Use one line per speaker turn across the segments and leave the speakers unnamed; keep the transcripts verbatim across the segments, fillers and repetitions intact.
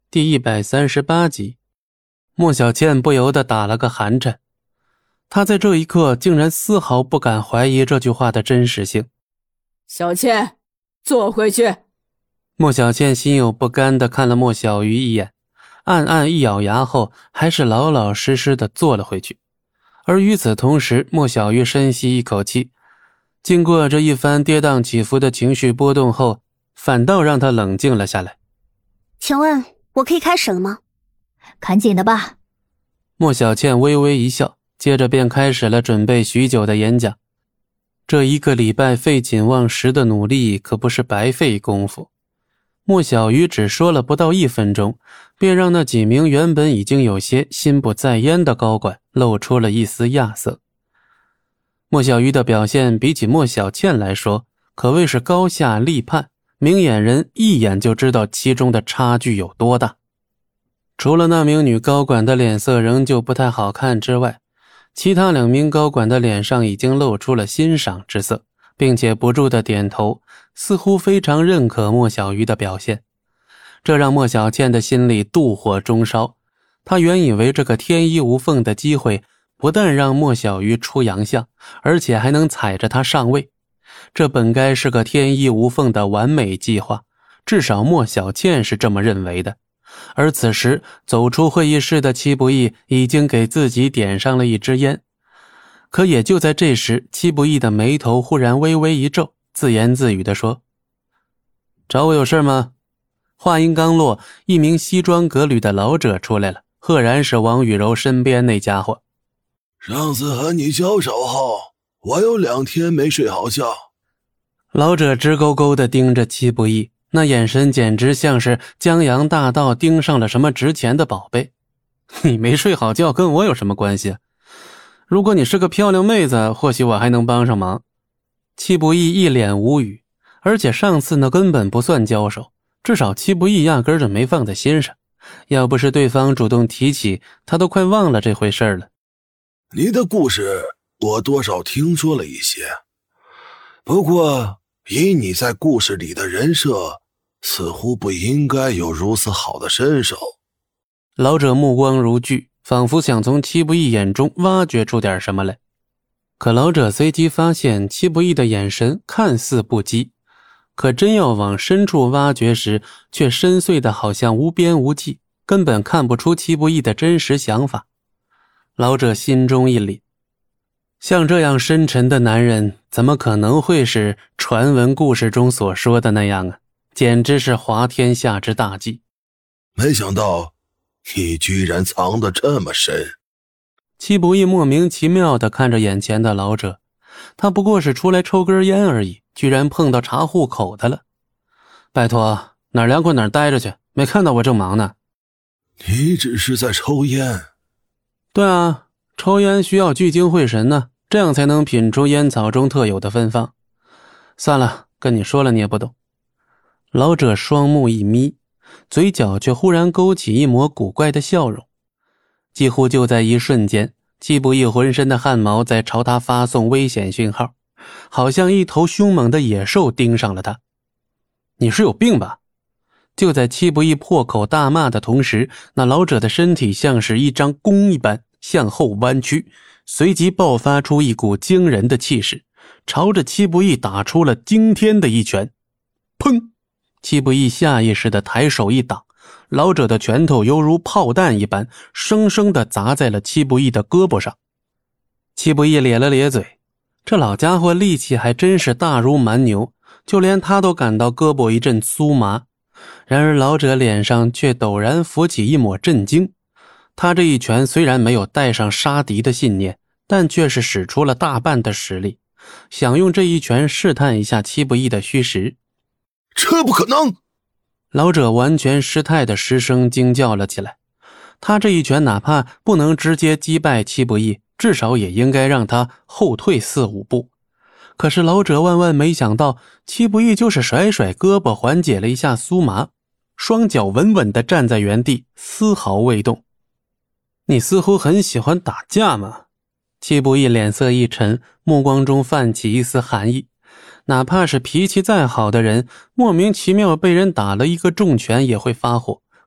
第一百三十八集。莫小倩不由得打了个寒颤，她在这一刻竟然丝毫不敢怀疑这句话的真实性。
小倩，坐回去。
莫小倩心有不甘地看了莫小鱼一眼，暗暗一咬牙后还是老老实实地坐了回去。而与此同时，莫小鱼深吸一口气，经过这一番跌宕起伏的情绪波动后，反倒让她冷静了下来。
请问我可以开始了吗？
赶紧的吧。
莫小倩微微一笑，接着便开始了准备许久的演讲。这一个礼拜废寝忘食的努力可不是白费功夫。莫小鱼只说了不到一分钟，便让那几名原本已经有些心不在焉的高管露出了一丝亚色。莫小鱼的表现比起莫小倩来说，可谓是高下立判，明眼人一眼就知道其中的差距有多大。除了那名女高管的脸色仍旧不太好看之外，其他两名高管的脸上已经露出了欣赏之色，并且不住地点头，似乎非常认可莫小鱼的表现。这让莫小倩的心里妒火中烧，她原以为这个天衣无缝的机会不但让莫小鱼出洋相，而且还能踩着她上位。这本该是个天衣无缝的完美计划，至少莫小倩是这么认为的。而此时走出会议室的戚不义已经给自己点上了一支烟，可也就在这时，戚不义的眉头忽然微微一皱，自言自语地说：找我有事吗？话音刚落，一名西装革履的老者出来了，赫然是王雨柔身边那家伙。
上次和你交手后，我有两天没睡好觉。
老者直勾勾地盯着戚不义，那眼神简直像是江洋大盗盯上了什么值钱的宝贝。你没睡好觉跟我有什么关系？如果你是个漂亮妹子，或许我还能帮上忙。戚不义一脸无语，而且上次那根本不算交手，至少戚不义压根就没放在心上，要不是对方主动提起，他都快忘了这回事了。
你的故事我多少听说了一些，不过以你在故事里的人设，似乎不应该有如此好的身手。
老者目光如炬，仿佛想从戚不义眼中挖掘出点什么来。可老者随即发现戚不义的眼神看似不羁，可真要往深处挖掘时，却深邃的好像无边无际，根本看不出戚不义的真实想法。老者心中一凛，像这样深沉的男人，怎么可能会是传闻故事中所说的那样啊？简直是滑天下之大忌。
没想到你居然藏得这么深。
戚不义莫名其妙地看着眼前的老者，他不过是出来抽根烟而已，居然碰到查户口的了。拜托，哪儿凉快哪儿待着去，没看到我正忙呢。
你只是在抽烟。
对啊，抽烟需要聚精会神呢，这样才能品出烟草中特有的芬芳。算了，跟你说了你也不懂。老者双目一眯，嘴角却忽然勾起一抹古怪的笑容。几乎就在一瞬间，戚不义浑身的汗毛在朝他发送危险讯号，好像一头凶猛的野兽盯上了他。你是有病吧？就在戚不义破口大骂的同时，那老者的身体像是一张弓一般向后弯曲，随即爆发出一股惊人的气势，朝着戚不义打出了惊天的一拳。砰！戚不义下意识地抬手一挡，老者的拳头犹如炮弹一般，生生地砸在了戚不义的胳膊上。戚不义咧了咧嘴，这老家伙力气还真是大如蛮牛，就连他都感到胳膊一阵酥麻。然而老者脸上却陡然浮起一抹震惊，他这一拳虽然没有带上杀敌的信念，但却是使出了大半的实力，想用这一拳试探一下戚不义的虚实。
这不可能！
老者完全失态的失声惊叫了起来。他这一拳哪怕不能直接击败戚不义，至少也应该让他后退四五步。可是老者万万没想到，戚不义就是甩甩胳膊缓解了一下酥麻，双脚稳稳地站在原地，丝毫未动。你似乎很喜欢打架嘛？戚不义脸色一沉，目光中泛起一丝寒意。哪怕是脾气再好的人，莫名其妙被人打了一个重拳也会发火，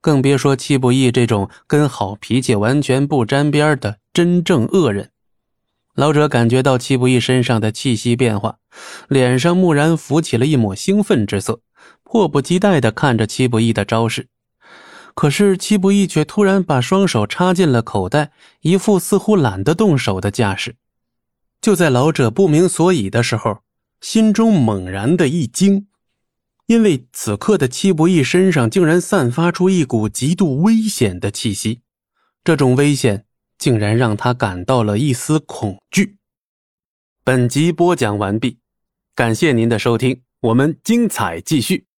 更别说戚不义这种跟好脾气完全不沾边的真正恶人。老者感觉到戚不义身上的气息变化，脸上蓦然浮起了一抹兴奋之色，迫不及待地看着戚不义的招式。可是戚不义却突然把双手插进了口袋，一副似乎懒得动手的架势。就在老者不明所以的时候，心中猛然的一惊，因为此刻的戚不义身上竟然散发出一股极度危险的气息，这种危险竟然让他感到了一丝恐惧。本集播讲完毕，感谢您的收听，我们精彩继续。